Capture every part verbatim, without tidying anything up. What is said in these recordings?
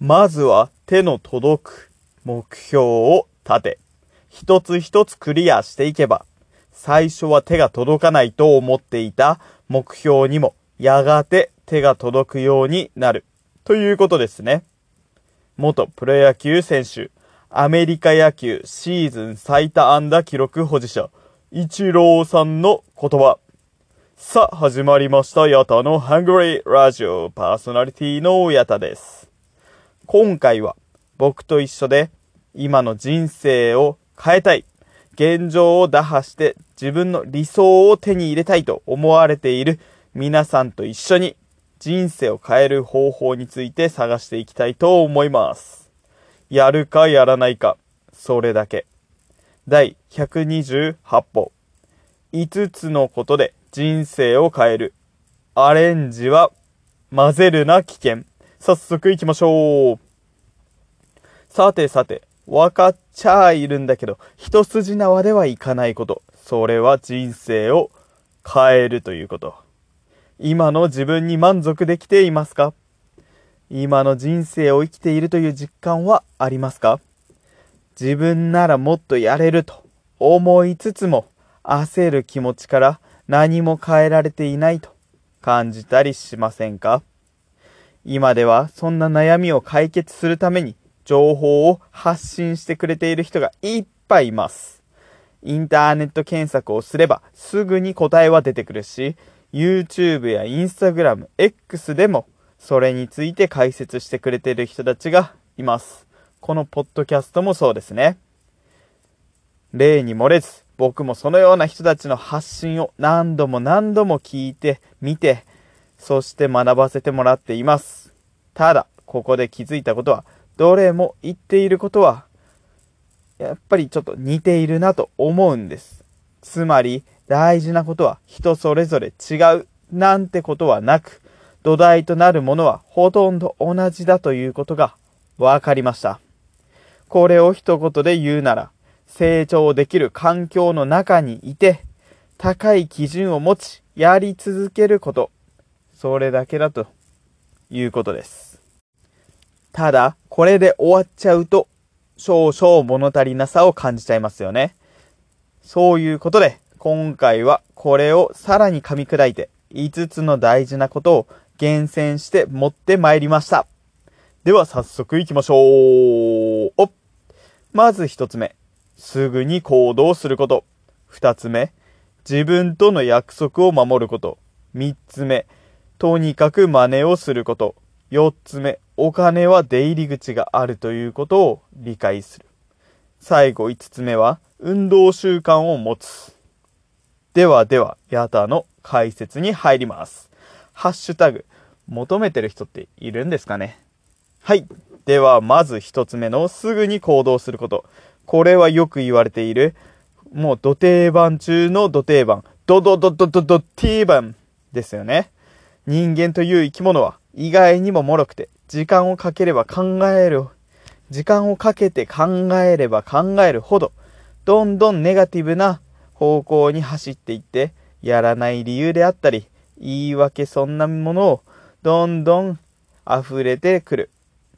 まずは手の届く目標を立て、一つ一つクリアしていけば、最初は手が届かないと思っていた目標にもやがて手が届くようになるということですね。元プロ野球選手、アメリカ野球シーズン最多安打記録保持者、イチローさんの言葉。さあ始まりました、ヤタのハングリーラジオ、パーソナリティのヤタです。今回は僕と一緒で今の人生を変えたい、現状を打破して自分の理想を手に入れたいと思われている皆さんと一緒に人生を変える方法について探していきたいと思います。やるかやらないか、それだけ。だいひゃくにじゅうはち歩。いつつのことで人生を変える。アレンジは混ぜるな危険。早速行きましょう。さてさて、わかっちゃいるんだけど、一筋縄ではいかないこと。それは人生を変えるということ。今の自分に満足できていますか？今の人生を生きているという実感はありますか？自分ならもっとやれると思いつつも、焦る気持ちから何も変えられていないと感じたりしませんか？今ではそんな悩みを解決するために情報を発信してくれている人がいっぱいいます。インターネット検索をすればすぐに答えは出てくるし、YouTube や Instagram、X でもそれについて解説してくれている人たちがいます。このポッドキャストもそうですね。例に漏れず、僕もそのような人たちの発信を何度も何度も聞いて、見て、そして学ばせてもらっています。ただ、ここで気づいたことは、どれも言っていることは、やっぱりちょっと似ているなと思うんです。つまり、大事なことは人それぞれ違うなんてことはなく、土台となるものはほとんど同じだということが分かりました。これを一言で言うなら、成長できる環境の中にいて、高い基準を持ち、やり続けること。それだけだということです。ただ、これで終わっちゃうと、少々物足りなさを感じちゃいますよね。そういうことで、今回はこれをさらに噛み砕いて、いつつの大事なことを厳選して持ってまいりました。では早速行きましょう。おまず一つ目、すぐに行動すること。二つ目、自分との約束を守ること。三つ目、とにかく真似をすること。四つ目、お金は出入り口があるということを理解する。最後五つ目は、運動習慣を持つ。ではでは、ヤタの解説に入ります。ハッシュタグ、求めてる人っているんですかね？はい。では、まず一つ目のすぐに行動すること。これはよく言われている、もうド定番中のド定番、ドドドドドド定番ですよね。人間という生き物は意外にも脆くて、時間をかければ考える、時間をかけて考えれば考えるほど、どんどんネガティブな方向に走っていって、やらない理由であったり、言い訳そんなものをどんどん溢れてくる。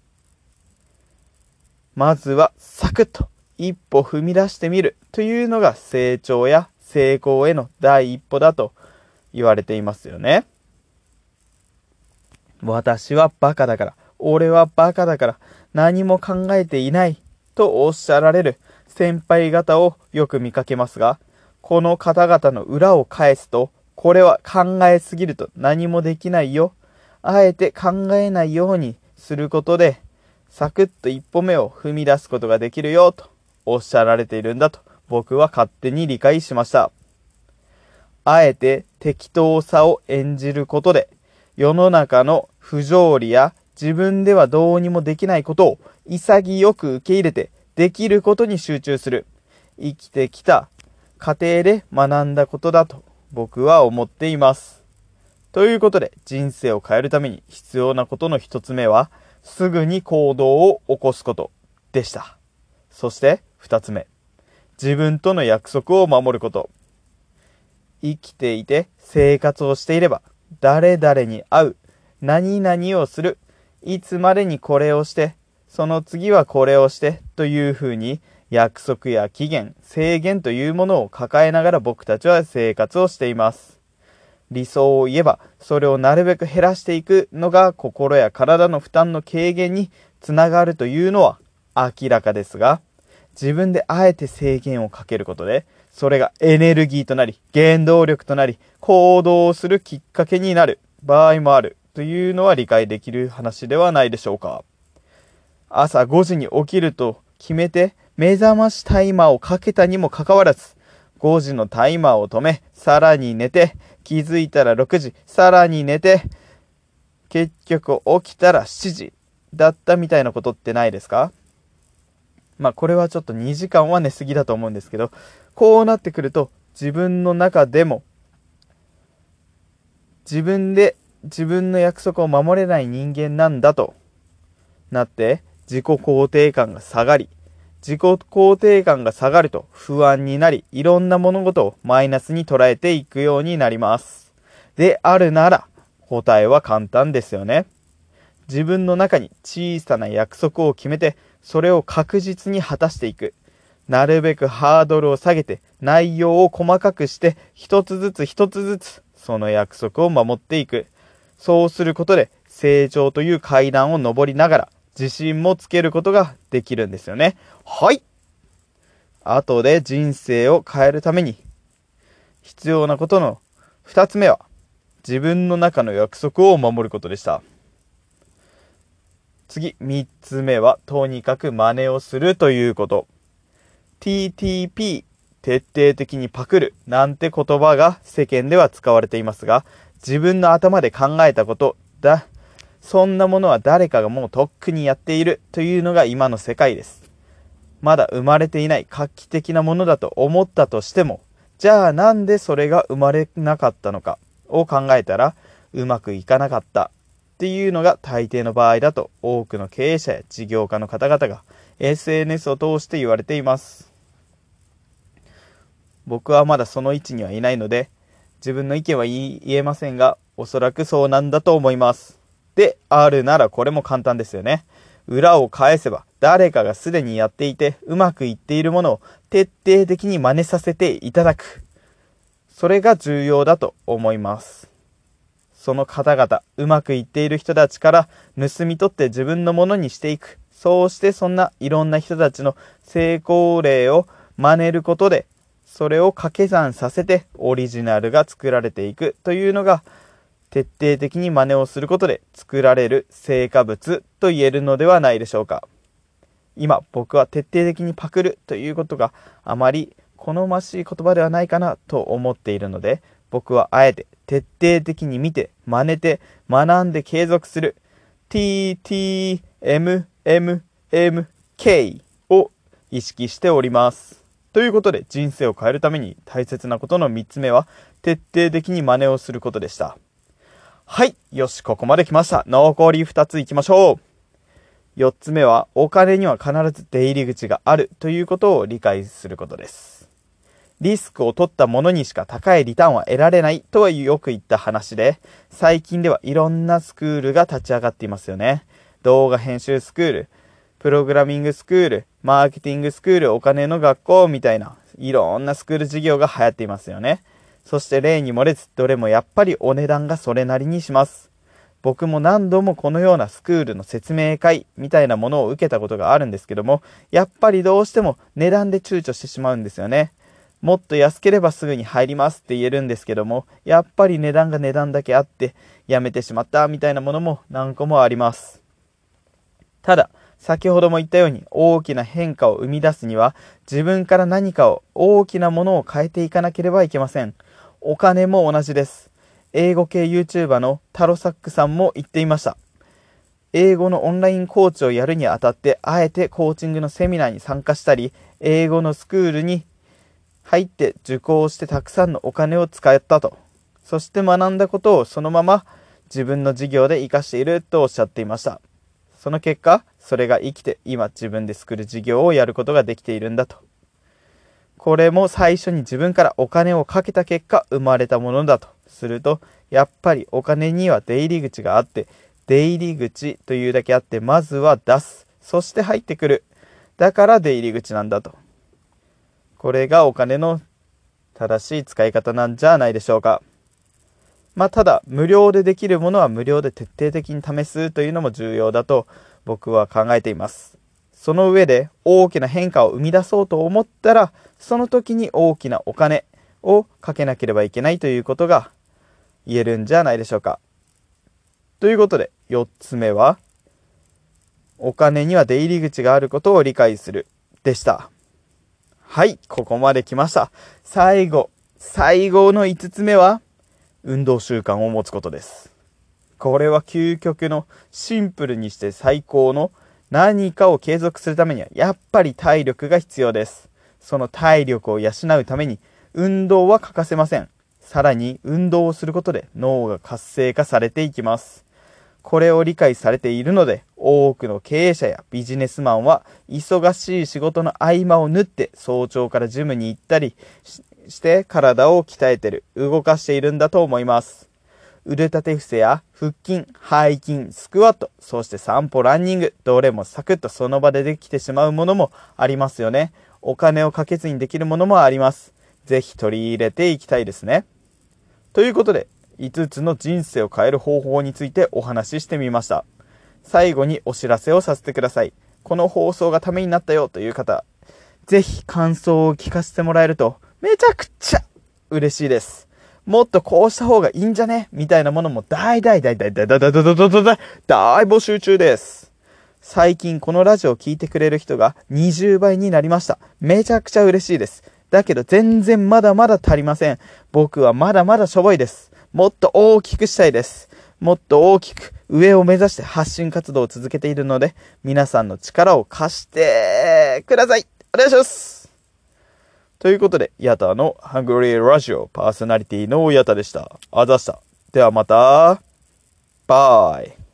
まずはサクッと一歩踏み出してみるというのが成長や成功への第一歩だと言われていますよね。私はバカだから、俺はバカだから何も考えていないとおっしゃられる先輩方をよく見かけますが、この方々の裏を返すと、これは考えすぎると何もできないよ。あえて考えないようにすることで、サクッと一歩目を踏み出すことができるよとおっしゃられているんだと僕は勝手に理解しました。あえて適当さを演じることで、世の中の不条理や自分ではどうにもできないことを潔く受け入れてできることに集中する。生きてきた過程で学んだことだと僕は思っています。ということで、人生を変えるために必要なことの一つ目は、すぐに行動を起こすことでした。そして二つ目、自分との約束を守ること。生きていて生活をしていれば、誰々に会う、何々をする、 いつまでにこれをして、その次はこれをしてというふうに約束や期限、制限というものを抱えながら僕たちは生活をしています。理想を言えば、それをなるべく減らしていくのが心や体の負担の軽減につながるというのは明らかですが、自分であえて制限をかけることで、それがエネルギーとなり、原動力となり、行動をするきっかけになる場合もあるというのは理解できる話ではないでしょうか。朝ごじに起きると決めて目覚ましタイマーをかけたにもかかわらず、ごじのタイマーを止め、さらに寝て、気づいたらろくじ、さらに寝て、結局起きたらしちじだったみたいなことってないですか？まあこれはちょっとにじかんは寝すぎだと思うんですけど、こうなってくると自分の中でも自分で自分の約束を守れない人間なんだとなって自己肯定感が下がり、自己肯定感が下がると不安になり、いろんな物事をマイナスに捉えていくようになります。であるなら答えは簡単ですよね。自分の中に小さな約束を決めて、それを確実に果たしていく。なるべくハードルを下げて、内容を細かくして、一つずつ一つずつその約束を守っていく。そうすることで成長という階段を上りながら自信もつけることができるんですよね。はい。後で人生を変えるために必要なことの二つ目は、自分の中の約束を守ることでした。次、三つ目は、とにかく真似をするということ。ティーティーピー、徹底的にパクるなんて言葉が世間では使われていますが、自分の頭で考えたことだ。そんなものは誰かがもうとっくにやっているというのが今の世界です。まだ生まれていない画期的なものだと思ったとしても、じゃあなんでそれが生まれなかったのかを考えたら、うまくいかなかったっていうのが大抵の場合だと多くの経営者や事業家の方々が エスエヌエス を通して言われています。僕はまだその位置にはいないので自分の意見は言えませんが、おそらくそうなんだと思います。であるならこれも簡単ですよね。裏を返せば誰かがすでにやっていてうまくいっているものを徹底的に真似させていただく。それが重要だと思います。その方々、うまくいっている人たちから盗み取って自分のものにしていく。そうしてそんないろんな人たちの成功例を真似ることで、それを掛け算させてオリジナルが作られていくというのが、徹底的に真似をすることで作られる成果物と言えるのではないでしょうか。今僕は徹底的にパクるということがあまり好ましい言葉ではないかなと思っているので、僕はあえて徹底的に見て真似て学んで継続する ティーティーエムエムエムケー を意識しております。ということで人生を変えるために大切なことのみっつめは、徹底的に真似をすることでした。はい、よし、ここまで来ました。残りふたついきましょう。よっつめは、お金には必ず出入り口があるということを理解することです。リスクを取ったものにしか高いリターンは得られないとはよく言った話で、最近ではいろんなスクールが立ち上がっていますよね。動画編集スクール、プログラミングスクール、マーケティングスクール、お金の学校みたいないろんなスクール事業が流行っていますよね。そして例に漏れず、どれもやっぱりお値段がそれなりにします。僕も何度もこのようなスクールの説明会みたいなものを受けたことがあるんですけども、やっぱりどうしても値段で躊躇してしまうんですよね。もっと安ければすぐに入りますって言えるんですけども、やっぱり値段が値段だけあってやめてしまったみたいなものも何個もあります。ただ先ほども言ったように、大きな変化を生み出すには自分から何かを大きなものを変えていかなければいけません。お金も同じです。英語系 YouTuber のタロサックさんも言っていました。英語のオンラインコーチをやるにあたって、あえてコーチングのセミナーに参加したり、英語のスクールに入って受講してたくさんのお金を使ったと。そして学んだことをそのまま自分の事業で活かしているとおっしゃっていました。その結果、それが生きて今自分で作る事業をやることができているんだと。これも最初に自分からお金をかけた結果生まれたものだとすると、やっぱりお金には出入り口があって、 出入り口というだけあって、まずは出す。そして入ってくる。だから出入り口なんだと。これがお金の正しい使い方なんじゃないでしょうか。まあただ、無料でできるものは無料で徹底的に試すというのも重要だと僕は考えています。その上で大きな変化を生み出そうと思ったら、その時に大きなお金をかけなければいけないということが言えるんじゃないでしょうか。ということで、よっつめは、お金には出入り口があることを理解するでした。はい、ここまで来ました。最後、最後のいつつめは、運動習慣を持つことです。これは究極のシンプルにして最高の何かを継続するためにはやっぱり体力が必要です。その体力を養うために運動は欠かせません。さらに運動をすることで脳が活性化されていきます。これを理解されているので、多くの経営者やビジネスマンは忙しい仕事の合間を縫って早朝からジムに行ったりして体を鍛えてる、動かしているんだと思います。腕立て伏せや腹筋、背筋、スクワット、そして散歩、ランニング、どれもサクッとその場でできてしまうものもありますよね。お金をかけずにできるものもあります。ぜひ取り入れていきたいですね。ということで、いつつの人生を変える方法についてお話ししてみました。最後にお知らせをさせてください。この放送がためになったよという方、ぜひ感想を聞かせてもらえるとめちゃくちゃ嬉しいです。もっとこうした方がいいんじゃねみたいなものも大大大大大大大大大大大大募集中です。最近このラジオを聞いてくれる人がにじゅうばいになりました。めちゃくちゃ嬉しいです。だけど全然まだまだ足りません。僕はまだまだしょぼいです。もっと大きくしたいです。もっと大きく上を目指して発信活動を続けているので、皆さんの力を貸してください。お願いします。ということで、ヤタのハングリーラジオパーソナリティのヤタでした。あざした。ではまた。バイ。